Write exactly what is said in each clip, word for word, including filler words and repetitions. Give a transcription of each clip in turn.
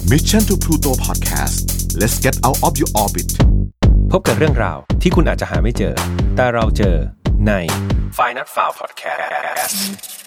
Mission to Pluto Podcast let's get out of your orbit พบกับเรื่องราวที่คุณอาจจะหาไม่เจอแต่เราเจอใน Find Not Found Podcast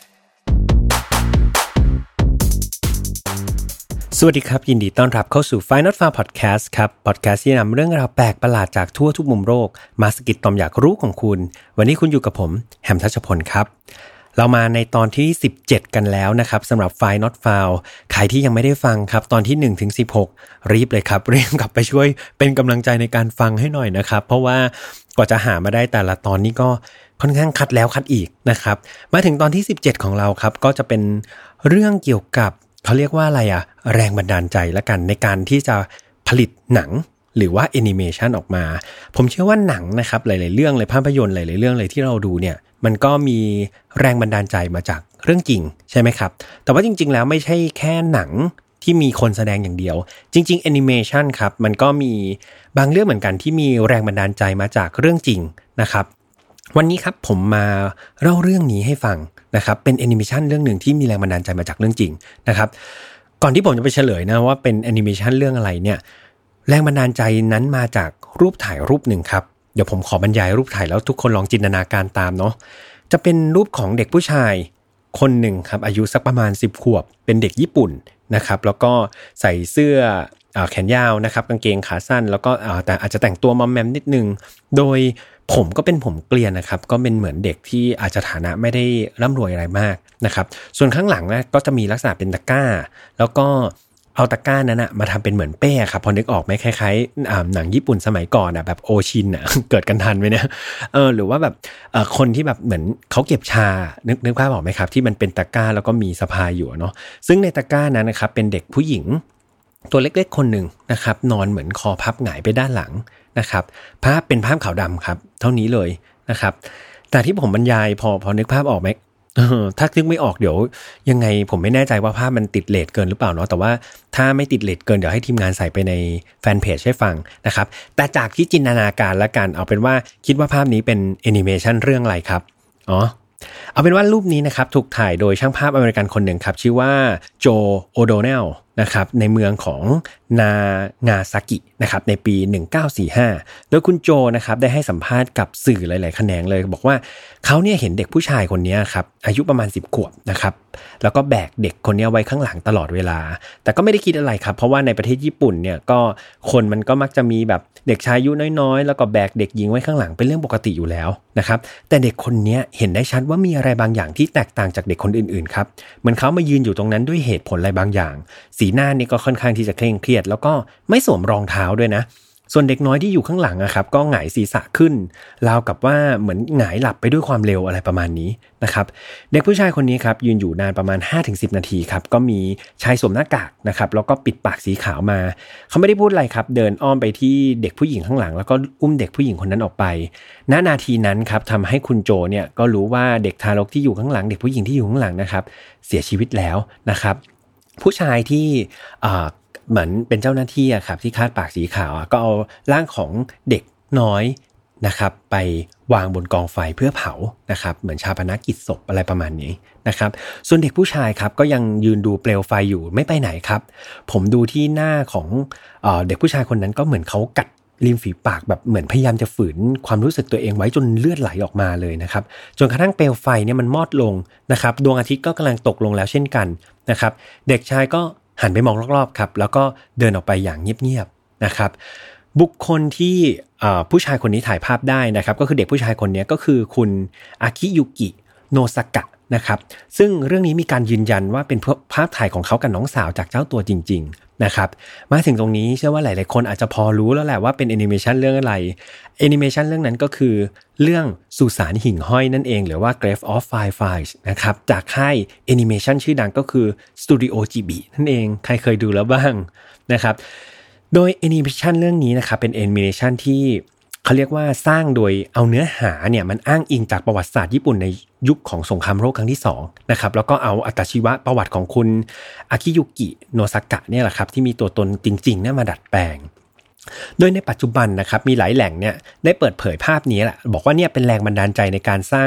สวัสดีครับยินดีต้อนรับเข้าสู่ Find Not Found Podcast ครับพอดแคสต์ที่นำเรื่องราวแปลกประหลาดจากทั่วทุกมุมโลกมาสะกิดต่อมอยากรู้ของคุณวันนี้คุณอยู่กับผมแฮมทัชพลครับเรามาในตอนที่สิบเจ็ดกันแล้วนะครับสำหรับ Find Not Found ใครที่ยังไม่ได้ฟังครับตอนที่หนึ่งถึงสิบหกรีบเลยครับรีบกลับไปช่วยเป็นกำลังใจในการฟังให้หน่อยนะครับเพราะว่ากว่าจะหามาได้แต่ละตอนนี้ก็ค่อนข้างคัดแล้วคัดอีกนะครับมาถึงตอนที่สิบเจ็ดของเราครับก็จะเป็นเรื่องเกี่ยวกับเขาเรียกว่าอะไรอะแรงบันดาลใจละกันในการที่จะผลิตหนังหรือว่าแอนิเมชันออกมาผมเชื่อว่าหนังนะครับหลายๆเรื่องเลยภาพยนตร์หลายๆเรื่องเลยที่เราดูเนี่ยมันก็มีแรงบันดาลใจมาจากเรื่องจริงใช่ไหมครับแต่ว่าจริงๆแล้วไม่ใช่แค่หนังที่มีคนแสดงอย่างเดียวจริงๆแอนิเมชันครับมันก็มีบางเรื่องเหมือนกันที่มีแรงบันดาลใจมาจากเรื่องจริงนะครับวันนี้ครับผมมาเล่าเรื่องนี้ให้ฟังนะครับเป็นแอนิเมชันเรื่องหนึ่งที่มีแรงบันดาลใจมาจากเรื่องจริงนะครับก่อนที่ผมจะไปเฉลยนะว่าเป็นแอนิเมชันเรื่องอะไรเนี่ยแรงบันดาลใจนั้นมาจากรูปถ่ายรูปหนึ่งครับเดี๋ยวผมขอบรรยายรูปถ่ายแล้วทุกคนลองจินตนาการตามเนาะจะเป็นรูปของเด็กผู้ชายคนหนึ่งครับอายุสักประมาณสิบขวบเป็นเด็กญี่ปุ่นนะครับแล้วก็ใส่เสื้อแขนยาวนะครับกางเกงขาสั้นแล้วก็แต่อาจจะแต่งตัวมอมแมมนิดนึงโดยผมก็เป็นผมเกลียนนะครับก็เป็นเหมือนเด็กที่อาจจะฐานะไม่ได้ร่ำรวยอะไรมากนะครับส่วนข้างหลังนะก็จะมีลักษณะเป็นตะกร้าแล้วก็เอาตะกร้านั้นนะมาทำเป็นเหมือนเป้ครับพอนึกออกไหมคล้ายๆหนังญี่ปุ่นสมัยก่อนอ่ะแบบโอชินอ่ะ เกิดกันทันไหมเนี่ยเออหรือว่าแบบคนที่แบบเหมือนเขาเก็บชานึกนึกภาพออกไหมครับที่มันเป็นตะกร้าแล้วก็มีสะพายอยู่เนาะซึ่งในตะกร้านั้นนะครับเป็นเด็กผู้หญิงตัวเล็กๆคนหนึ่งนะครับนอนเหมือนคอพับหงายไปด้านหลังนะครับภาพเป็นภาพขาวดำครับเท่านี้เลยนะครับแต่ที่ผมบรรยายพอพอนึกภาพออกไหมถ้านึกไม่ออกเดี๋ยวยังไงผมไม่แน่ใจว่าภาพมันติดเรทเกินหรือเปล่าเนาะแต่ว่าถ้าไม่ติดเรทเกินเดี๋ยวให้ทีมงานใส่ไปในแฟนเพจให้ฟังนะครับแต่จากที่จินตนาการละกันเอาเป็นว่าคิดว่าภาพนี้เป็นแอนิเมชันเรื่องอะไรครับอ๋อเอาเป็นว่ารูปนี้นะครับถูกถ่ายโดยช่างภาพอเมริกันคนหนึ่งครับชื่อว่าโจโอโดเนลนะครับในเมืองของนางาซากินะครับในปีหนึ่งพันเก้าร้อยสี่สิบห้าโดยคุณโจนะครับได้ให้สัมภาษณ์กับสื่อหลายๆแขนงเลยบอกว่าเขาเนี่ยเห็นเด็กผู้ชายคนนี้ครับอายุประมาณสิบขวบนะครับแล้วก็แบกเด็กคนนี้ไว้ข้างหลังตลอดเวลาแต่ก็ไม่ได้คิดอะไรครับเพราะว่าในประเทศญี่ปุ่นเนี่ยก็คนมันก็มักจะมีแบบเด็กชายอายุน้อยๆแล้วก็แบกเด็กหญิงไว้ข้างหลังเป็นเรื่องปกติอยู่แล้วนะครับแต่เด็กคนนี้เห็นได้ชัดว่ามีอะไรบางอย่างที่แตกต่างจากเด็กคนอื่นๆครับเหมือนเขามายืนอยู่ตรงนั้นด้วยเหตุผลอะไรบางอย่างสีหน้านี่ก็ค่อนข้างที่จะเคร่งเครียดแล้วก็ไม่สวมรองเท้าด้วยนะส่วนเด็กน้อยที่อยู่ข้างหลังอะครับก็หงายศีรษะขึ้นราวกับว่าเหมือนหงายหลับไปด้วยความเร็วอะไรประมาณนี้นะครับเด็กผู้ชายคนนี้ครับยืนอยู่นานประมาณ ห้าถึงสิบ นาทีครับก็มีชายสวมหน้ากากนะครับแล้วก็ปิดปากสีขาวมาเขาไม่ได้พูดอะไรครับเดินอ้อมไปที่เด็กผู้หญิงข้างหลังแล้วก็อุ้มเด็กผู้หญิงคนนั้นออกไปณนาทีนั้นครับทำให้คุณโจเนี่ยก็รู้ว่าเด็กทารกที่อยู่ข้างหลังเด็กผู้หญิงที่อยู่ข้างหลังนะครับเสียชีวิตแล้วนะครับผู้ชายที่เหมือนเป็นเจ้าหน้าที่อะครับที่คาดปากสีขาวก็เอาร่างของเด็กน้อยนะครับไปวางบนกองไฟเพื่อเผานะครับเหมือนชาปนกิจศพอะไรประมาณนี้นะครับส่วนเด็กผู้ชายครับก็ยังยืนดูเปลวไฟอยู่ไม่ไปไหนครับผมดูที่หน้าของเอ่อเด็กผู้ชายคนนั้นก็เหมือนเขากัดริมฝีปากแบบเหมือนพยายามจะฝืนความรู้สึกตัวเองไว้จนเลือดไหลออกมาเลยนะครับจนกระทั่งเปลวไฟเนี่ยมันมอดลงนะครับดวงอาทิตย์ก็กำลังตกลงแล้วเช่นกันนะครับเด็กชายก็หันไปมองรอบๆครับแล้วก็เดินออกไปอย่างเงียบๆนะครับบุคคลที่ผู้ชายคนนี้ถ่ายภาพได้นะครับก็คือเด็กผู้ชายคนนี้ก็คือคุณอากิยุกิโนซากะนะครับซึ่งเรื่องนี้มีการยืนยันว่าเป็นภาพถ่ายของเขากับน้องสาวจากเจ้าตัวจริงๆนะครับมาถึงตรงนี้เชื่อว่าหลายๆคนอาจจะพอรู้แล้วแหละว่าเป็นแอนิเมชันเรื่องอะไรแอนิเมชันเรื่องนั้นก็คือเรื่องสุสานหิ่งห้อยนั่นเองหรือว่า Grave of Fireflies นะครับจากค่ายแอนิเมชันชื่อดังก็คือ Studio Ghibli นั่นเองใครเคยดูแล้วบ้างนะครับโดยแอนิเมชันเรื่องนี้นะครับเป็นแอนิเมชันที่เขาเรียกว่าสร้างโดยเอาเนื้อหาเนี่ยมันอ้างอิงจากประวัติศาสตร์ญี่ปุ่นในยุคของสงครามโลกครั้งที่สองนะครับแล้วก็เอาอัตชีวประวัติของคุณอากิยุกิโนซากะเนี่ยแหละครับที่มีตัวตนจริงๆเนี่ยมาดัดแปลงโดยในปัจจุบันนะครับมีหลายแหล่งเนี่ยได้เปิดเผยภาพนี้แหละบอกว่าเนี่ยเป็นแรงบันดาลใจในการสร้าง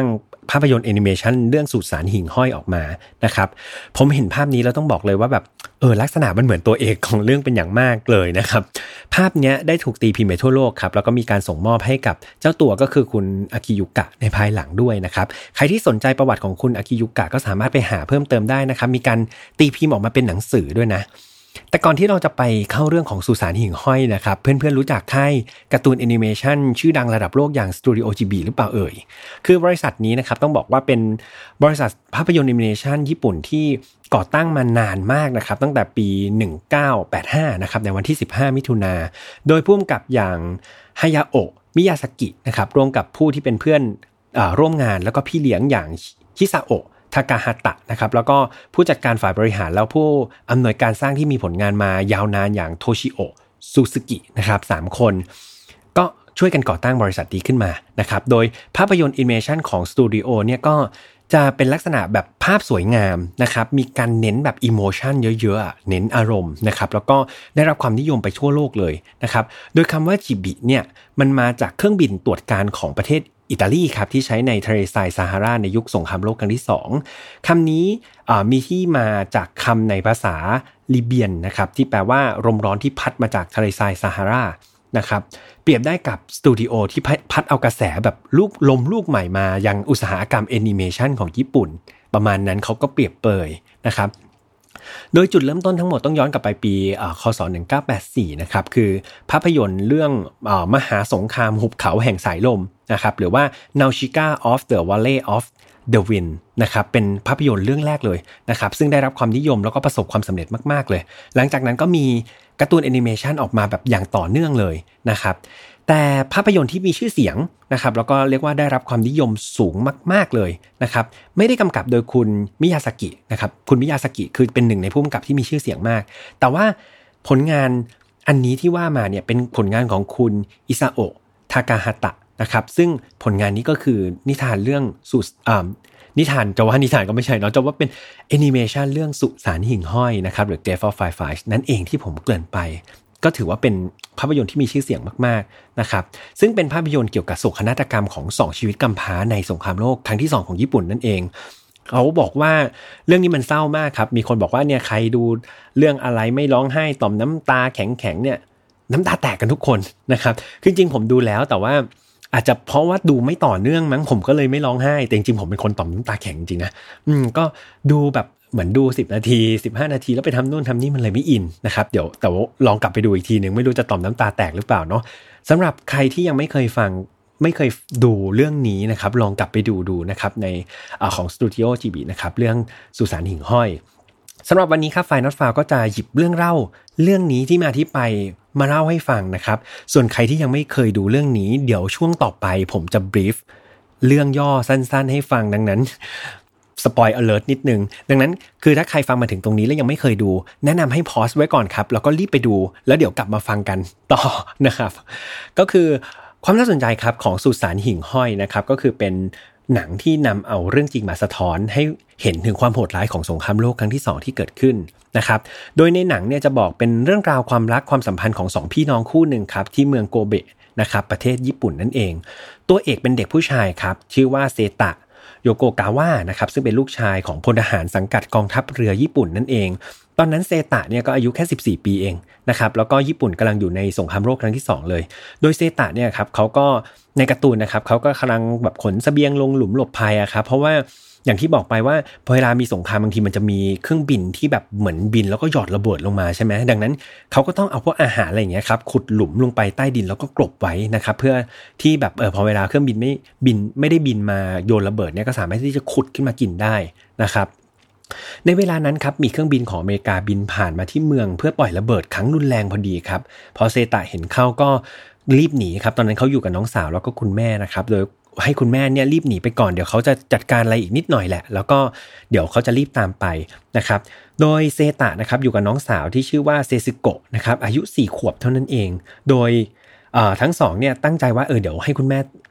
ภาพยนตร์แอนิเมชันเรื่องสุสานหิ่งห้อยออกมานะครับผมเห็นภาพนี้แล้วต้องบอกเลยว่าแบบเออลักษณะมันเหมือนตัวเอกของเรื่องเป็นอย่างมากเลยนะครับภาพเนี้ยได้ถูกตีพิมพ์ไปทั่วโลกครับแล้วก็มีการส่งมอบให้กับเจ้าตัวก็คือคุณอากิยุกะในภายหลังด้วยนะครับใครที่สนใจประวัติของคุณอากิยุกะก็สามารถไปหาเพิ่มเติมได้นะครับมีการตีพิมพ์ออกมาเป็นหนังสือด้วยนะแต่ก่อนที่เราจะไปเข้าเรื่องของสุสานหิ่งห้อยนะครับเพื่อนๆรู้จักค่ายการ์ตูนแอนิเมชันชื่อดังระดับโลกอย่างสตูดิโอจิบิหรือเปล่าเอ่ยคือบริษัทนี้นะครับต้องบอกว่าเป็นบริษัทภาพยนตร์แอนิเมชันญี่ปุ่นที่ก่อตั้งมานานมากนะครับตั้งแต่ปีหนึ่งพันเก้าร้อยแปดสิบห้านะครับในวันที่สิบห้ามิถุนายนโดยผู้กำกับอย่างฮายาโอะมิยาซากินะครับร่วมกับผู้ที่เป็นเพื่อนอ่าร่วมงานแล้วก็พี่เลี้ยงอย่างชิซาโอะทากาฮาตะนะครับแล้วก็ผู้จัดการฝ่ายบริหารแล้วผู้อำนวยการสร้างที่มีผลงานมายาวนานอย่างโทชิโอะซูซึกินะครับสามคนก็ช่วยกันก่อตั้งบริษัทนี้ขึ้นมานะครับโดยภาพยนตร์แอนิเมชันของสตูดิโอเนี่ยก็จะเป็นลักษณะแบบภาพสวยงามนะครับมีการเน้นแบบอิโมชันเยอะๆเน้นอารมณ์นะครับแล้วก็ได้รับความนิยมไปทั่วโลกเลยนะครับโดยคำว่าจิบิเนี่ยมันมาจากเครื่องบินตรวจการของประเทศอิตาลีครับที่ใช้ในทะเลทรายซาฮาราในยุคสงครามโลกครั้งที่สองคำนี้มีที่มาจากคำในภาษาลิเบียนนะครับที่แปลว่าลมร้อนที่พัดมาจากทะเลทรายซาฮารานะครับเปรียบได้กับสตูดิโอที่พัดเอากระแสแบบลูกลมลูกใหม่มายังอุตสาหกรรมแอนิเมชันของญี่ปุ่นประมาณนั้นเขาก็เปรียบเปรยนะครับโดยจุดเริ่มต้นทั้งหมดต้องย้อนกลับไปปีคศหนึ่งพันเก้าร้อยแปดสิบสี่นะครับคือภาพยนตร์เรื่องมหาสงครามหุบเขาแห่งสายลมนะครับหรือว่า Nausicaa of the Valley of the Wind นะครับเป็นภาพยนตร์เรื่องแรกเลยนะครับซึ่งได้รับความนิยมแล้วก็ประสบความสำเร็จมากๆเลยหลังจากนั้นก็มีการ์ตูนแอนิเมชันออกมาแบบอย่างต่อเนื่องเลยนะครับแต่ภาพยนตร์ที่มีชื่อเสียงนะครับแล้วก็เรียกว่าได้รับความนิยมสูงมากๆเลยนะครับไม่ได้กำกับโดยคุณมิยาซากินะครับคุณมิยาซากิคือเป็นหนึ่งในผู้กำกับที่มีชื่อเสียงมากแต่ว่าผลงานอันนี้ที่ว่ามาเนี่ยเป็นผลงานของคุณอิซาโอะทากาฮาตะนะครับซึ่งผลงานนี้ก็คือนิทานเรื่องสุอ่านิทานจะว่านิทานก็ไม่ใช่เนาะจะว่าเป็นแอนิเมชันเรื่องสุสานหิ่งห้อยนะครับหรือ Grave of Fireflies นั่นเองที่ผมเกริ่นไปก็ถือว่าเป็นภาพยนตร์ที่มีชื่อเสียงมากๆนะครับซึ่งเป็นภาพยนตร์เกี่ยวกับโศกนาฏกรรมของสองชีวิตกำพร้าในสงครามโลกครั้งที่สองของญี่ปุ่นนั่นเองเขาบอกว่าเรื่องนี้มันเศร้ามากครับมีคนบอกว่าเนี่ยใครดูเรื่องอะไรไม่ร้องไห้ต่อมน้ำตาแข็งๆเนี่ยน้ำตาแตกกันทุกคนนะครับคือจริงๆผมดูแล้วแต่ว่าอาจจะเพราะว่าดูไม่ต่อเนื่องมั้งผมก็เลยไม่ร้องไห้แต่จริงๆผมเป็นคนต่อมน้ำตาแข็งจริงๆนะอืมก็ดูแบบเหมือนดูสิบนาทีสิบห้านาทีแล้วไปทำนู่นทำนี่มันเลยไม่อินนะครับเดี๋ยวแต่ว่าลองกลับไปดูอีกทีนึงไม่รู้จะต่อมน้ำตาแตกหรือเปล่าเนาะสำหรับใครที่ยังไม่เคยฟังไม่เคยดูเรื่องนี้นะครับลองกลับไปดูดูนะครับในอ่าของสตูดิโอจิบินะครับเรื่องสุสานหิ่งห้อยสำหรับวันนี้ครับ File Not Found ก็จะหยิบเรื่องเล่าเรื่องนี้ที่มาที่ไปมาเล่าให้ฟังนะครับส่วนใครที่ยังไม่เคยดูเรื่องนี้เดี๋ยวช่วงต่อไปผมจะบรีฟเรื่องย่อสั้นๆให้ฟังดังนั้นสปอยล์อเลิร์ทนิดนึงดังนั้นคือถ้าใครฟังมาถึงตรงนี้แล้วยังไม่เคยดูแนะนำให้พอสไว้ก่อนครับแล้วก็รีบไปดูแล้วเดี๋ยวกลับมาฟังกันต่อนะครับก็คือความน่าสนใจครับของสุสานหิ่งห้อยนะครับก็คือเป็นหนังที่นำเอาเรื่องจริงมาสะท้อนให้เห็นถึงความโหดร้ายของสงครามโลกครั้งที่สองที่เกิดขึ้นนะครับโดยในหนังเนี่ยจะบอกเป็นเรื่องราวความรักความสัมพันธ์ของสองพี่น้องคู่หนึ่งครับที่เมืองโกเบะนะครับประเทศญี่ปุ่นนั่นเองตัวเอกเป็นเด็กผู้ชายครับชื่อว่าเซตะโยโกกาวะนะครับซึ่งเป็นลูกชายของพลทหารสังกัดกองทัพเรือญี่ปุ่นนั่นเองตอนนั้นเซตะเนี่ยก็อายุแค่สิบสี่ปีเองนะครับแล้วก็ญี่ปุ่นกำลังอยู่ในสงครามโลกครั้งที่สองเลยโดยเซตะเนี่ยครับเขาก็ในการ์ตูนนะครับเขาก็กำลังแบบขนเสบียงลงหลุมหลบภัยอะครับเพราะว่าอย่างที่บอกไปว่าพอเวลามีสงครามบางทีมันจะมีเครื่องบินที่แบบเหมือนบินแล้วก็หยอดระเบิดลงมาใช่ไหมดังนั้นเขาก็ต้องเอาพวกอาหารอะไรอย่างเงี้ยครับขุดหลุมลงไปใต้ดินแล้วก็กลบไว้นะครับเพื่อที่แบบเออพอเวลาเครื่องบินไม่บินไม่ได้บินมาโยนระเบิดเนี่ยก็สามารถที่จะขุดขึ้นมากินได้นะครับในเวลานั้นครับมีเครื่องบินของอเมริกาบินผ่านมาที่เมืองเพื่อปล่อยระเบิดครั้งรุนแรงพอดีครับพอเซตะเห็นเข้าก็รีบหนีครับตอนนั้นเขาอยู่กับน้องสาวแล้วก็คุณแม่นะครับโดยให้คุณแม่เนี่ยรีบหนีไปก่อนเดี๋ยวเขาจะจัดการอะไรอีกนิดหน่อยแหละแล้วก็เดี๋ยวเขาจะรีบตามไปนะครับโดยเซตะนะครับอยู่กับน้องสาวที่ชื่อว่าเซซึโกะนะครับอายุสี่ขวบเท่านั้นเองโดยเอ่อทั้งสองเนี่ยตั้งใจว่าเออเดี๋ยวให้คุณแม่ไป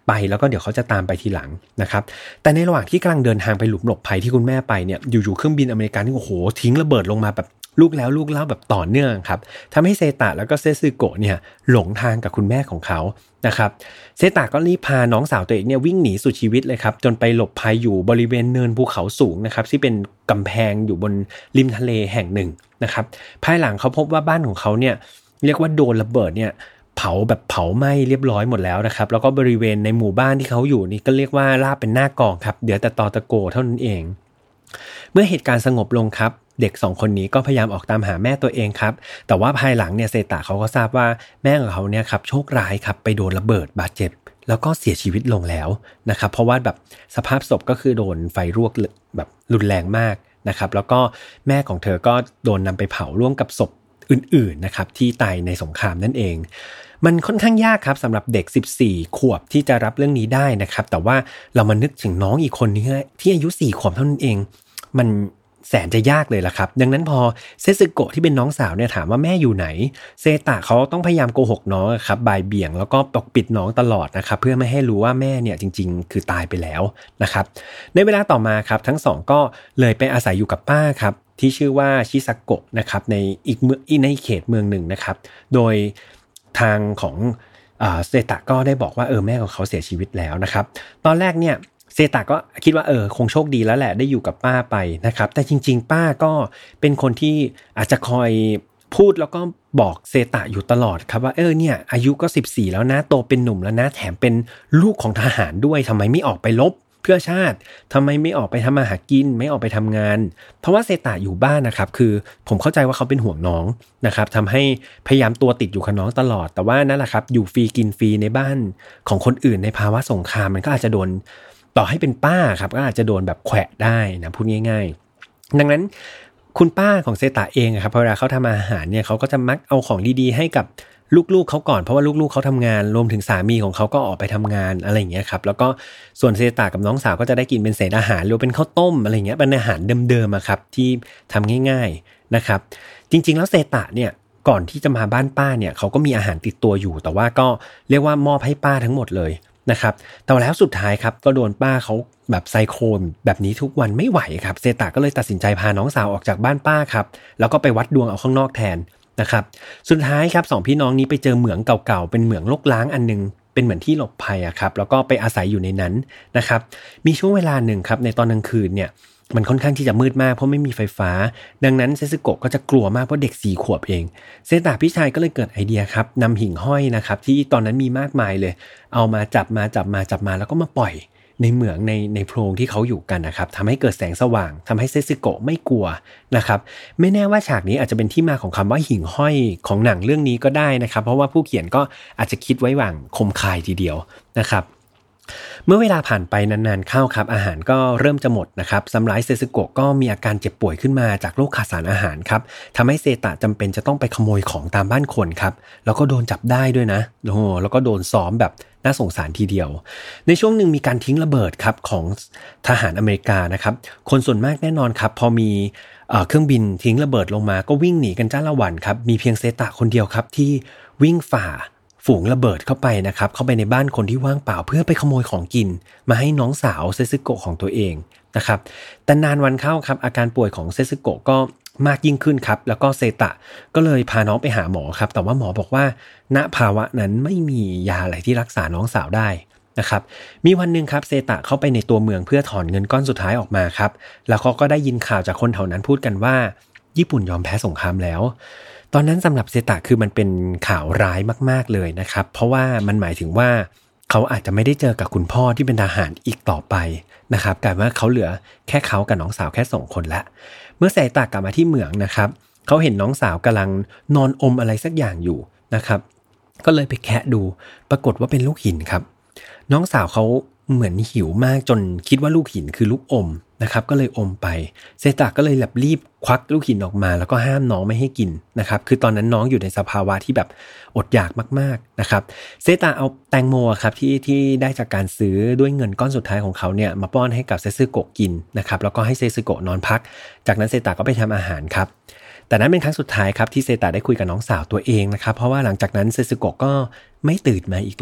ไปแล้วก็เดี๋ยวเขาจะตามไปทีหลังนะครับแต่ในระหว่างที่กำลังเดินทางไปหลุมหลบภัยที่คุณแม่ไปเนี่ยอยู่ๆเครื่องบินอเมริกันนี่โอ้โหทิ้งระเบิดลงมาแบบลูกแล้วลูกเล่าแบบต่อเนื่องครับทำให้เซตะแล้วก็เซซึโกะเนี่ยหลงทางกับคุณแม่ของเขานะครับเซตะก็รีบพาน้องสาวตัวเองเนี่ยวิ่งหนีสุดชีวิตเลยครับจนไปหลบภัยอยู่บริเวณเนินภูเขาสูงนะครับที่เป็นกำแพงอยู่บนริมทะเลแห่งหนึ่งนะครับภายหลังเขาพบว่าบ้านของเขาเนี่ยเรียกว่าโดนระเบิดเนี่ยเผาแบบเผาไหม้เรียบร้อยหมดแล้วนะครับแล้วก็บริเวณในหมู่บ้านที่เขาอยู่นี่ก็เรียกว่าราบเป็นหน้ากองครับเดี๋ยวแต่ตอตะโกเท่านั้นเองเมื่อเหตุการณ์สงบลงครับเด็กสองคนนี้ก็พยายามออกตามหาแม่ตัวเองครับแต่ว่าภายหลังเนี่ยเซตะเขาก็ทราบว่าแม่ของเขาเนี่ยครับโชคร้ายครับไปโดนระเบิดบาดเจ็บแล้วก็เสียชีวิตลงแล้วนะครับเพราะว่าแบบสภาพศพก็คือโดนไฟลวกแบบรุนแรงมากนะครับแล้วก็แม่ของเธอก็โดนนำไปเผาร่วมกับศพอื่นๆนะครับที่ตายในสงครามนั่นเองมันค่อนข้างยากครับสำหรับเด็กสิบสี่ขวบที่จะรับเรื่องนี้ได้นะครับแต่ว่าเรามานึกถึงน้องอีกคนนึงที่อายุสี่ขวบเท่านั้นเองมันแสนจะยากเลยล่ะครับดังนั้นพอเซซึโกะที่เป็นน้องสาวเนี่ยถามว่าแม่อยู่ไหนเซตะเขาต้องพยายามโกหกน้องครับบ่ายเบี่ยงแล้วก็ปกปิดน้องตลอดนะครับเพื่อไม่ให้รู้ว่าแม่เนี่ยจริงๆคือตายไปแล้วนะครับในเวลาต่อมาครับทั้งสองก็เลยไปอาศัยอยู่กับป้าครับที่ชื่อว่าชิซาโกะนะครับในอีกเมืองในเขตเมืองหนึ่งนะครับโดยทางของเซตะก็ได้บอกว่าเออแม่ของเขาเสียชีวิตแล้วนะครับตอนแรกเนี่ยเซตะก็คิดว่าเออคงโชคดีแล้วแหละได้อยู่กับป้าไปนะครับแต่จริงๆป้าก็เป็นคนที่อาจจะคอยพูดแล้วก็บอกเซตะอยู่ตลอดครับว่าเออเนี่ยอายุก็สิบสี่แล้วนะโตเป็นหนุ่มแล้วนะแถมเป็นลูกของทหารด้วยทำไมไม่ออกไปรบเพื่อชาติทำไมไม่ออกไปทำมาหากินไม่ออกไปทำงานเพราะว่าเซตะอยู่บ้านนะครับคือผมเข้าใจว่าเขาเป็นห่วงน้องนะครับทำให้พยายามตัวติดอยู่กับน้องตลอดแต่ว่านั่นแหละครับอยู่ฟรีกินฟรีในบ้านของคนอื่นในภาวะสงครามมันก็อาจจะโดนต่อให้เป็นป้าครับก็อาจจะโดนแบบแขวะได้นะพูดง่ายๆดังนั้นคุณป้าของเซตะเองครับพอเวลาเขาทำอาหารเนี่ยเขาก็จะมักเอาของดีๆให้กับลูกๆเขาก่อนเพราะว่าลูกๆเขาทำงานรวมถึงสามีของเขาก็ออกไปทำงานอะไรอย่างเงี้ยครับแล้วก็ส่วนเซตะกับน้องสาวก็จะได้กินเป็นเศษอาหารหรือเป็นข้าวต้มอะไรเงี้ยเป็นอาหารเดิมๆอะครับที่ทำง่ายๆนะครับจริงๆแล้วเซตะเนี่ยก่อนที่จะมาบ้านป้าเนี่ยเขาก็มีอาหารติดตัวอยู่แต่ว่าก็เรียกว่ามอบให้ป้าทั้งหมดเลยนะครับแต่แล้วสุดท้ายครับก็โดนป้าเขาแบบไซโคลแบบนี้ทุกวันไม่ไหวครับเซตะก็เลยตัดสินใจพาน้องสาวออกจากบ้านป้าครับแล้วก็ไปวัดดวงเอาข้างนอกแทนนะครับสุดท้ายครับสองพี่น้องนี้ไปเจอเหมืองเก่าๆเป็นเหมืองรกร้างอันนึงเป็นเหมือนที่หลบภัยอะครับแล้วก็ไปอาศัยอยู่ในนั้นนะครับมีช่วงเวลาหนึ่งครับในตอนกลางคืนเนี่ยมันค่อนข้างที่จะมืดมากเพราะไม่มีไฟฟ้าดังนั้นเซซึโกะก็จะกลัวมากเพราะเด็กสี่ขวบเองเซตะพี่ชายก็เลยเกิดไอเดียครับนำหิ่งห้อยนะครับที่ตอนนั้นมีมากมายเลยเอามาจับมาจับมาจับมาแล้วก็มาปล่อยในเหมืองในในโพรงที่เขาอยู่กันนะครับทำให้เกิดแสงสว่างทำให้เซซึโกะไม่กลัวนะครับไม่แน่ว่าฉากนี้อาจจะเป็นที่มาของคำว่าหิ่งห้อยของหนังเรื่องนี้ก็ได้นะครับเพราะว่าผู้เขียนก็อาจจะคิดไว้หวังคมคายทีเดียวนะครับเมื่อเวลาผ่านไปนานๆเข้าครับอาหารก็เริ่มจะหมดนะครับซัมไรเซซึโกะก็มีอาการเจ็บป่วยขึ้นมาจากโรคขาดสารอาหารครับทำให้เซตะจำเป็นจะต้องไปขโมยของตามบ้านคนครับแล้วก็โดนจับได้ด้วยนะโอ้โหแล้วก็โดนซ้อมแบบน่าสงสารทีเดียวในช่วงหนึ่งมีการทิ้งระเบิดครับของทหารอเมริกานะครับคนส่วนมากแน่นอนครับพอมีเครื่องบินทิ้งระเบิดลงมาก็วิ่งหนีกันจ้าละวันครับมีเพียงเซตะคนเดียวครับที่วิ่งฝ่าฝูงระเบิดเข้าไปนะครับเข้าไปในบ้านคนที่ว่างเปล่าเพื่อไปขโมยของกินมาให้น้องสาวเซซึโกะของตัวเองนะครับแต่นานวันเข้าครับอาการป่วยของเซซึโกะก็มากยิ่งขึ้นครับแล้วก็เซตะก็เลยพาน้องไปหาหมอครับแต่ว่าหมอบอกว่าณภาวะนั้นไม่มียาอะไรที่รักษาน้องสาวได้นะครับมีวันนึงครับเซตะเข้าไปในตัวเมืองเพื่อถอนเงินก้อนสุดท้ายออกมาครับแล้วเขาก็ได้ยินข่าวจากคนแถวนั้นพูดกันว่าญี่ปุ่นยอมแพ้สงครามแล้วตอนนั้นสำหรับเซตะคือมันเป็นข่าวร้ายมากๆเลยนะครับเพราะว่ามันหมายถึงว่าเขาอาจจะไม่ได้เจอกับคุณพ่อที่เป็นทหารอีกต่อไปนะครับกลายว่าเขาเหลือแค่เขากับน้องสาวแค่สองคนละเมื่อเซตะกลับมาที่เหมืองนะครับเขาเห็นน้องสาวกำลังนอนอมอะไรสักอย่างอยู่นะครับก็เลยไปแคะดูปรากฏว่าเป็นลูกหินครับน้องสาวเขาเหมือนหิวมากจนคิดว่าลูกหินคือลูกอมนะครับก็เลยอมไปเซตะก็เลยแบบรีบควักลูกหินออกมาแล้วก็ห้ามน้องไม่ให้กินนะครับคือตอนนั้นน้องอยู่ในสภาวะที่แบบอดอยากมากๆนะครับเซตะเอาแตงโมครับที่ที่ได้จากการซื้อด้วยเงินก้อนสุดท้ายของเขาเนี่ยมาป้อนให้กับเซซึโกะกินนะครับแล้วก็ให้เซซึโกะนอนพักจากนั้นเซตะก็ไปทำอาหารครับแต่นั้นเป็นครั้งสุดท้ายครับที่เซตะได้คุยกับน้องสาวตัวเองนะครับเพราะว่าหลังจากนั้นเซซึโกะก็ไม่ตื่นมาอีกเลย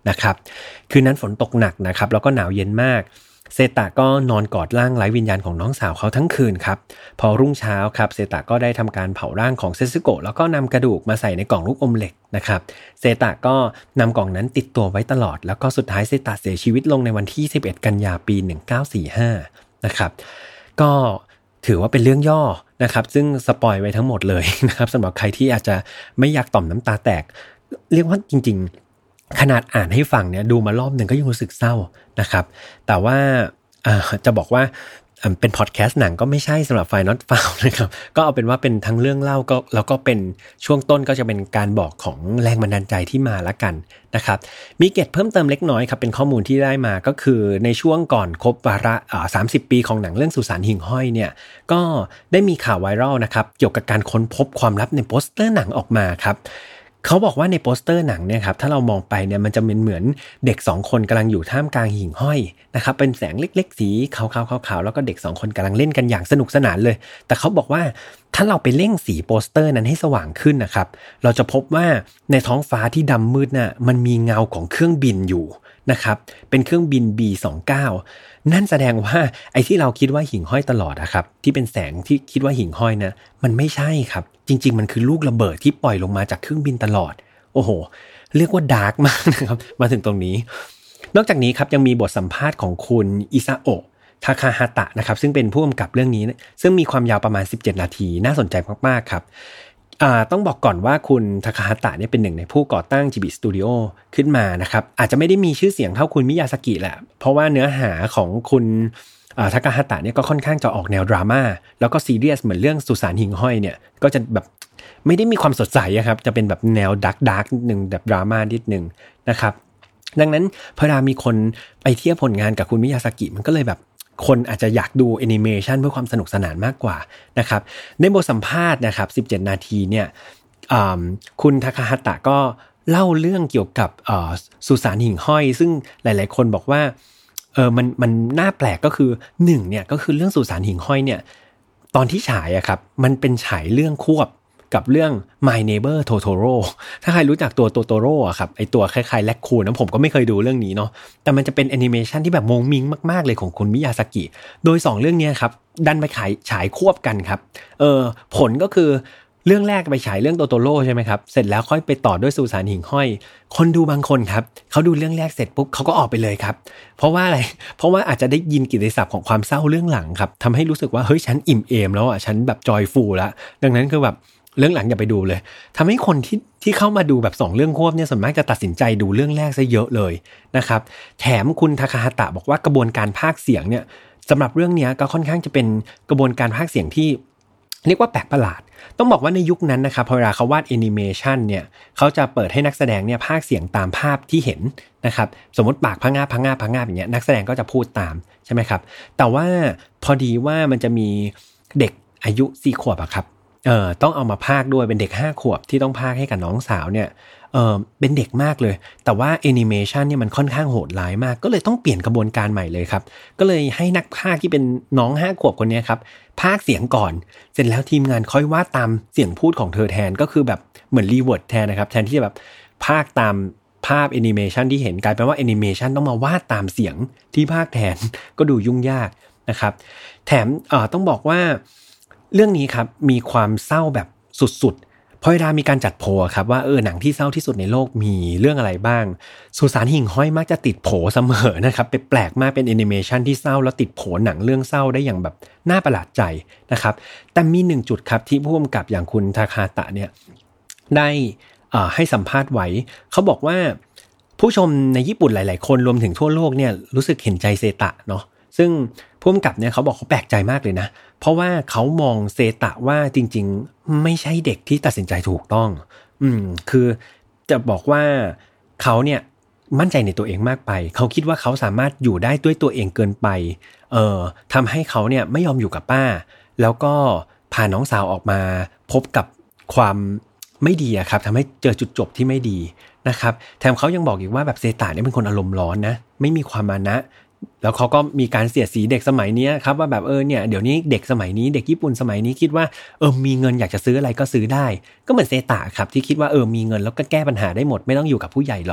นะครับคืนนั้นฝนตกหนักนะครับแล้วก็หนาวเย็นมากเซตะก็นอนกอดร่างไร้วิญญาณของน้องสาวเขาทั้งคืนครับพอรุ่งเช้าครับเซตะก็ได้ทำการเผาร่างของเซซึโกะแล้วก็นำกระดูกมาใส่ในกล่องลูกอมเหล็กนะครับเซตะก็นำกล่องนั้นติดตัวไว้ตลอดแล้วก็สุดท้ายเซตะเสียชีวิตลงในวันที่สิบเอ็ดกันยายนปีหนึ่งเก้าสี่ห้านะครับก็ถือว่าเป็นเรื่องย่อนะครับซึ่งสปอยไว้ทั้งหมดเลยนะครับสำหรับใครที่อาจจะไม่อยากต่อมน้ำตาแตกเรียกว่าจริงๆขนาดอ่านให้ฟังเนี่ยดูมารอบหนึ่งก็ยังรู้สึกเศร้านะครับแต่ว่าจะบอกว่าเป็นพอดแคสต์หนังก็ไม่ใช่สำหรับ File Not Found นะครับก็เอาเป็นว่าเป็นทั้งเรื่องเล่าก็แล้วก็เป็นช่วงต้นก็จะเป็นการบอกของแรงบันดาลใจที่มาละกันนะครับมีเกร็ดเพิ่มเติมเล็กน้อยครับเป็นข้อมูลที่ได้มาก็คือในช่วงก่อนครบวาระอ่าสามสิบปีของหนังเรื่องสุสานหิ่งห้อยเนี่ยก็ได้มีข่าวไวรัลนะครับเกี่ยวกับการค้นพบความลับในโปสเตอร์หนังออกมาครับเขาบอกว่าในโปสเตอร์หนังเนี่ยครับถ้าเรามองไปเนี่ยมันจะเป็นเหมือนเด็กสองคนกำลังอยู่ท่ามกลางหิ่งห้อยนะครับเป็นแสงเล็กๆสีขาวๆๆๆแล้วก็เด็กสองคนกำลังเล่นกันอย่างสนุกสนานเลยแต่เขาบอกว่าถ้าเราไปเร่งสีโปสเตอร์นั้นให้สว่างขึ้นนะครับเราจะพบว่าในท้องฟ้าที่ดำมืดน่ะมันมีเงาของเครื่องบินอยู่นะครับเป็นเครื่องบิน บี ยี่สิบเก้า นั่นแสดงว่าไอ้ที่เราคิดว่าหิ่งห้อยตลอดอะครับที่เป็นแสงที่คิดว่าหิ่งห้อยนะมันไม่ใช่ครับจริงๆมันคือลูกระเบิดที่ปล่อยลงมาจากเครื่องบินตลอดโอ้โหเรียกว่าดาร์กมากนะครับมาถึงตรงนี้นอกจากนี้ครับยังมีบทสัมภาษณ์ของคุณอิซาโอะทาคาฮาตะนะครับซึ่งเป็นผู้กำกับเรื่องนี้ซึ่งมีความยาวประมาณสิบเจ็ดนาทีน่าสนใจมากๆครับอ่าต้องบอกก่อนว่าคุณทาคาฮาตะเนี่ยเป็นหนึ่งในผู้ก่อตั้ง จี บี Studio ขึ้นมานะครับอาจจะไม่ได้มีชื่อเสียงเท่าคุณมิยาสกิแหละเพราะว่าเนื้อหาของคุณอ่าทาคาฮาตะเนี่ยก็ค่อนข้างจะออกแนวดราม่าแล้วก็ซีเรียสเหมือนเรื่องสุสานหิ่งห้อยเนี่ยก็จะแบบไม่ได้มีความสดใสอะครับจะเป็นแบบแนวดาร์กดาร์กนิดนึงแบบดราม่านิดนึงนะครับดังนั้นพอมีคนไปเทียบผลงานกับคุณมิยาสกิมันก็เลยแบบคนอาจจะอยากดูแอนิเมชันเพื่อความสนุกสนานมากกว่านะครับในบทสัมภาษณ์นะครับสิบเจ็ดนาทีเนี่ยคุณทาคาฮาตะก็เล่าเรื่องเกี่ยวกับสุสานหิ่งห้อยซึ่งหลายๆคนบอกว่าเออมันมันน่าแปลกก็คือหนึ่งเนี่ยก็คือเรื่องสุสานหิ่งห้อยเนี่ยตอนที่ฉายอะครับมันเป็นฉายเรื่องควบกับเรื่อง My Neighbor Totoro ถ้าใครรู้จักตัว Totoro อ่ะครับไอตัวคล้ายๆแรคคูนนะผมก็ไม่เคยดูเรื่องนี้เนาะแต่มันจะเป็นแอนิเมชันที่แบบมงมิงมากๆเลยของคุณมิยาสกิโดยสองเรื่องนี้ครับดันไปขายฉายควบกันครับเออผลก็คือเรื่องแรกไปฉายเรื่อง Totoro ใช่ไหมครับเสร็จแล้วค่อยไปต่อด้วยสุสานหิ่งห้อยคนดูบางคนครับเขาดูเรื่องแรกเสร็จปุ๊บเขาก็ออกไปเลยครับเพราะว่าอะไรเพราะว่าอาจจะได้ยินกิตติศัพท์ของความเศร้าเรื่องหลังครับทำให้รู้สึกว่าเฮ้ยฉันอิ่มเอมแล้วอ่ะฉันแบบจอยฟูลแล้วดังนั้นคือแบบเรื่องหลังอย่าไปดูเลยทำให้คนที่ที่เข้ามาดูแบบสองเรื่องควบเนี่ยส่วนมากจะตัดสินใจดูเรื่องแรกซะเยอะเลยนะครับแถมคุณทาคาฮาตะบอกว่ากระบวนการพากย์เสียงเนี่ยสำหรับเรื่องนี้ก็ค่อนข้างจะเป็นกระบวนการพากย์เสียงที่เรียกว่าแปลกประหลาดต้องบอกว่าในยุคนั้นนะครับพอเวลาเขาวาดแอนิเมชันเนี่ยเขาจะเปิดให้นักแสดงเนี่ยพากย์เสียงตามภาพที่เห็นนะครับสมมติปากพะงาบพะงาบพะงาบอย่างเงี้ยนักแสดงก็จะพูดตามใช่ไหมครับแต่ว่าพอดีว่ามันจะมีเด็กอายุสี่ขวบอะครับเอ่อต้องเอามาพากย์ด้วยเป็นเด็กห้าขวบที่ต้องพากย์ให้กับน้องสาวเนี่ยเออเป็นเด็กมากเลยแต่ว่าแอนิเมชันเนี่ยมันค่อนข้างโหดร้ายมากก็เลยต้องเปลี่ยนกระบวนการใหม่เลยครับก็เลยให้นักพากย์ที่เป็นน้องห้าขวบคนนี้ครับพากย์เสียงก่อนเสร็จแล้วทีมงานค่อยวาดตามเสียงพูดของเธอแทนก็คือแบบเหมือนรีเวิร์ดแทนนะครับแทนที่จะแบบพากย์ตามภาพแอนิเมชันที่เห็นกลายเป็นว่าแอนิเมชันต้องมาวาดตามเสียงที่พากย์แทนก็ดูยุ่งยากนะครับแถมเอ่อต้องบอกว่าเรื่องนี้ครับมีความเศร้าแบบสุดๆพอเวลามีการจัดโพลครับว่าเออหนังที่เศร้าที่สุดในโลกมีเรื่องอะไรบ้างสุสานหิ่งห้อยมักจะติดโผเสมอนะครับเป็นแปลกมากเป็นแอนิเมชันที่เศร้าแล้วติดโผหนังเรื่องเศร้าได้อย่างแบบน่าประหลาดใจนะครับแต่มีหนึ่งจุดครับที่ผู้กำกับอย่างคุณทาคาตะเนี่ยได้อ่าให้สัมภาษณ์ไว้เขาบอกว่าผู้ชมในญี่ปุ่นหลายๆคนรวมถึงทั่วโลกเนี่ยรู้สึกเห็นใจเซตะเนาะซึ่งผู้กำกับเนี่ยเขาบอกเขาแปลกใจมากเลยนะเพราะว่าเขามองเซตะว่าจริงๆไม่ใช่เด็กที่ตัดสินใจถูกต้องอืมคือจะบอกว่าเขาเนี่ยมั่นใจในตัวเองมากไปเขาคิดว่าเขาสามารถอยู่ได้ด้วยตัวเองเกินไปเอ่อทำให้เขาเนี่ยไม่ยอมอยู่กับป้าแล้วก็พาน้องสาวออกมาพบกับความไม่ดีอะครับทำให้เจอจุดจบที่ไม่ดีนะครับแถมเขายังบอกอีกว่าแบบเซตะเนี่ยเป็นคนอารมณ์ร้อนนะไม่มีความมานะแล้วเขาก็มีการเสียดสีเด็กสมัยนี้ครับว่าแบบเออเนี่ยเดี๋ยวนี้เด็กสมัยนี้เด็กญี่ปุ่นสมัยนี้คิดว่าเออมีเงินอยากจะซื้ออะไรก็ซื้อได้ก็เหมือนเซตะครับที่คิดว่าเออมีเงินแล้วก็แก้ปัญหาได้หมดไม่ต้องอยู่กับผู้ใหญ่หรอก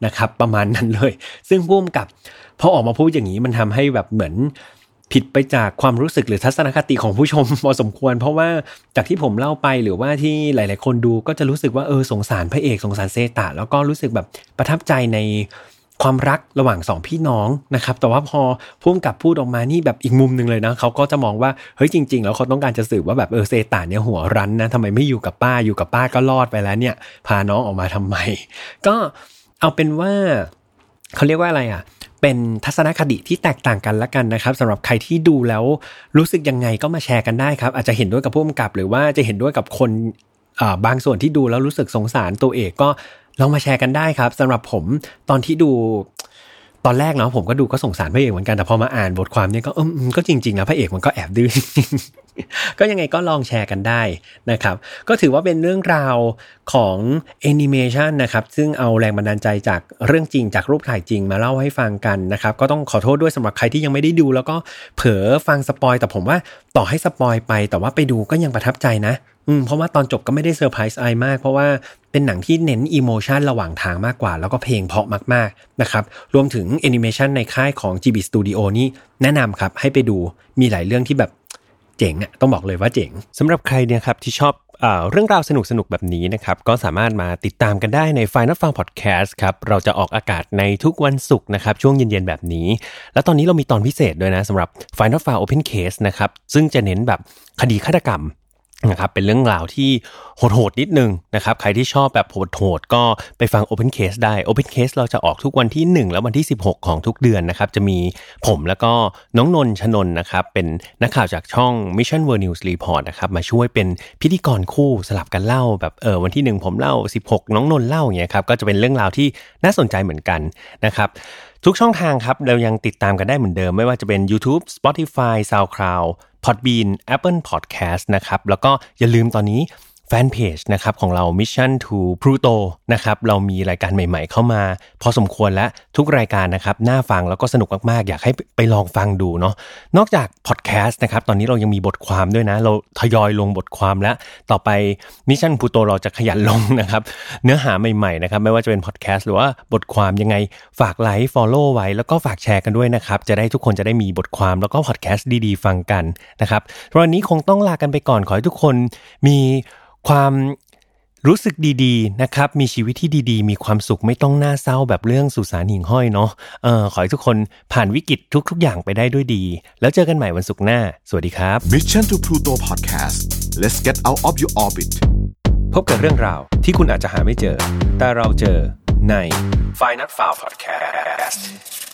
นะครับประมาณนั้นเลยซึ่งผู้กำกับพอออกมาพูดอย่างนี้มันทำให้แบบเหมือนผิดไปจากความรู้สึกหรือทัศนคติของผู้ชมพอสมควรเพราะว่าจากที่ผมเล่าไปหรือว่าที่หลายๆคนดูก็จะรู้สึกว่าเออสงสารพระเอกสงสารเซตะแล้วก็รู้สึกแบบประทับใจในความรักระหว่างสองพี่น้องนะครับแต่ว่าพอผู้กำกับพูดออกมานี่แบบอีกมุมนึงเลยนะเขาก็จะมองว่าเฮ้ยจริงๆแล้วเขาต้องการจะสื่อว่าแบบเออเซตะเนี่ยหัวรั้นนะทำไมไม่อยู่กับป้าอยู่กับป้าก็รอดไปแล้วเนี่ยพาน้องออกมาทำไมก็เอาเป็นว่าเขาเรียกว่าอะไรอ่ะเป็นทัศนคติที่แตกต่างกันละกันนะครับสำหรับใครที่ดูแล้วรู้สึกยังไงก็มาแชร์กันได้ครับอาจจะเห็นด้วยกับผู้กำกับหรือว่าจะเห็นด้วยกับคนอ่าบางส่วนที่ดูแล้วรู้สึกสงสารตัวเอกก็ลองมาแชร์กันได้ครับสำหรับผมตอนที่ดูตอนแรกเนาะผมก็ดูก็สงสารพระเอกเหมือนกันแต่พอมาอ่านบทความเนี่ยก็เออก็จริงๆนะพระเอกมันก็แอบดื้อ ก็ยังไงก็ลองแชร์กันได้นะครับก็ถือว่าเป็นเรื่องราวของแอนิเมชันนะครับซึ่งเอาแรงบันดาลใจจากเรื่องจริงจากรูปถ่ายจริงมาเล่าให้ฟังกันนะครับก็ต้องขอโทษด้วยสำหรับใครที่ยังไม่ได้ดูแล้วก็เผลอฟังสปอยแต่ผมว่าต่อให้สปอยไปแต่ว่าไปดูก็ยังประทับใจนะอืมเพราะว่าตอนจบก็ไม่ได้เซอร์ไพรส์อะไรมากเพราะว่าเป็นหนังที่เน้นอิโมชันระหว่างทางมากกว่าแล้วก็เพลงเพราะมากๆนะครับรวมถึงแอนิเมชันในค่ายของ จี บี Studio นี่แนะนำครับให้ไปดูมีหลายเรื่องที่แบบเจ๋งอ่ะต้องบอกเลยว่าเจ๋งสำหรับใครเนี่ยครับที่ชอบเอ่อเรื่องราวสนุกๆแบบนี้นะครับก็สามารถมาติดตามกันได้ใน Final Fun Podcast ครับเราจะออกอากาศในทุกวันศุกร์นะครับช่วงเย็นๆแบบนี้แล้วตอนนี้เรามีตอนพิเศษด้วยนะสำหรับ Final Fun Open Case นะครับซึ่งจะเน้นแบบคดีฆาตกรรมนะครับเป็นเรื่องราวที่โหดๆนิดนึงนะครับใครที่ชอบแบบโหดๆก็ไปฟัง Open Case ได้ Open Case เราจะออกทุกวันที่หนึ่งและวันที่สิบหกของทุกเดือนนะครับจะมีผมแล้วก็น้องนนท์ชนนท์นะครับเป็นนักข่าวจากช่อง Mission World News Report นะครับมาช่วยเป็นพิธีกรคู่สลับกันเล่าแบบเออวันที่หนึ่งผมเล่าสิบหกน้องนนท์เล่าอย่างเงี้ยครับก็จะเป็นเรื่องราวที่น่าสนใจเหมือนกันนะครับทุกช่องทางครับเรายังติดตามกันได้เหมือนเดิมไม่ว่าจะเป็น YouTube Spotify SoundCloud Podbean Apple Podcast นะครับแล้วก็อย่าลืมตอนนี้แฟนเพจนะครับของเรา Mission to Pluto นะครับเรามีรายการใหม่ๆเข้ามาพอสมควรและทุกรายการนะครับน่าฟังแล้วก็สนุกมากๆอยากให้ไปลองฟังดูเนาะนอกจาก Podcast นะครับตอนนี้เรายังมีบทความด้วยนะเราทยอยลงบทความแล้วต่อไป Mission Pluto เราจะขยันลงนะครับเนื้อหาใหม่ๆนะครับไม่ว่าจะเป็น Podcast หรือว่าบทความยังไงฝากไลค์ follow ไว้แล้วก็ฝากแชร์กันด้วยนะครับจะได้ทุกคนจะได้มีบทความแล้วก็ Podcast ดีๆฟังกันนะครับวันนี้คงต้องลากันไปก่อนขอให้ทุกคนมีความรู้สึกดีๆนะครับมีชีวิตที่ดีๆมีความสุขไม่ต้องน่าเศร้าแบบเรื่องสุสานหิ่งห้อยเนาะเออขอให้ทุกคนผ่านวิกฤตทุกๆอย่างไปได้ด้วยดีแล้วเจอกันใหม่วันศุกร์หน้าสวัสดีครับ Mission to Pluto Podcast Let's get out of your orbit พบกับเรื่องราวที่คุณอาจจะหาไม่เจอแต่เราเจอใน Final Fun Podcast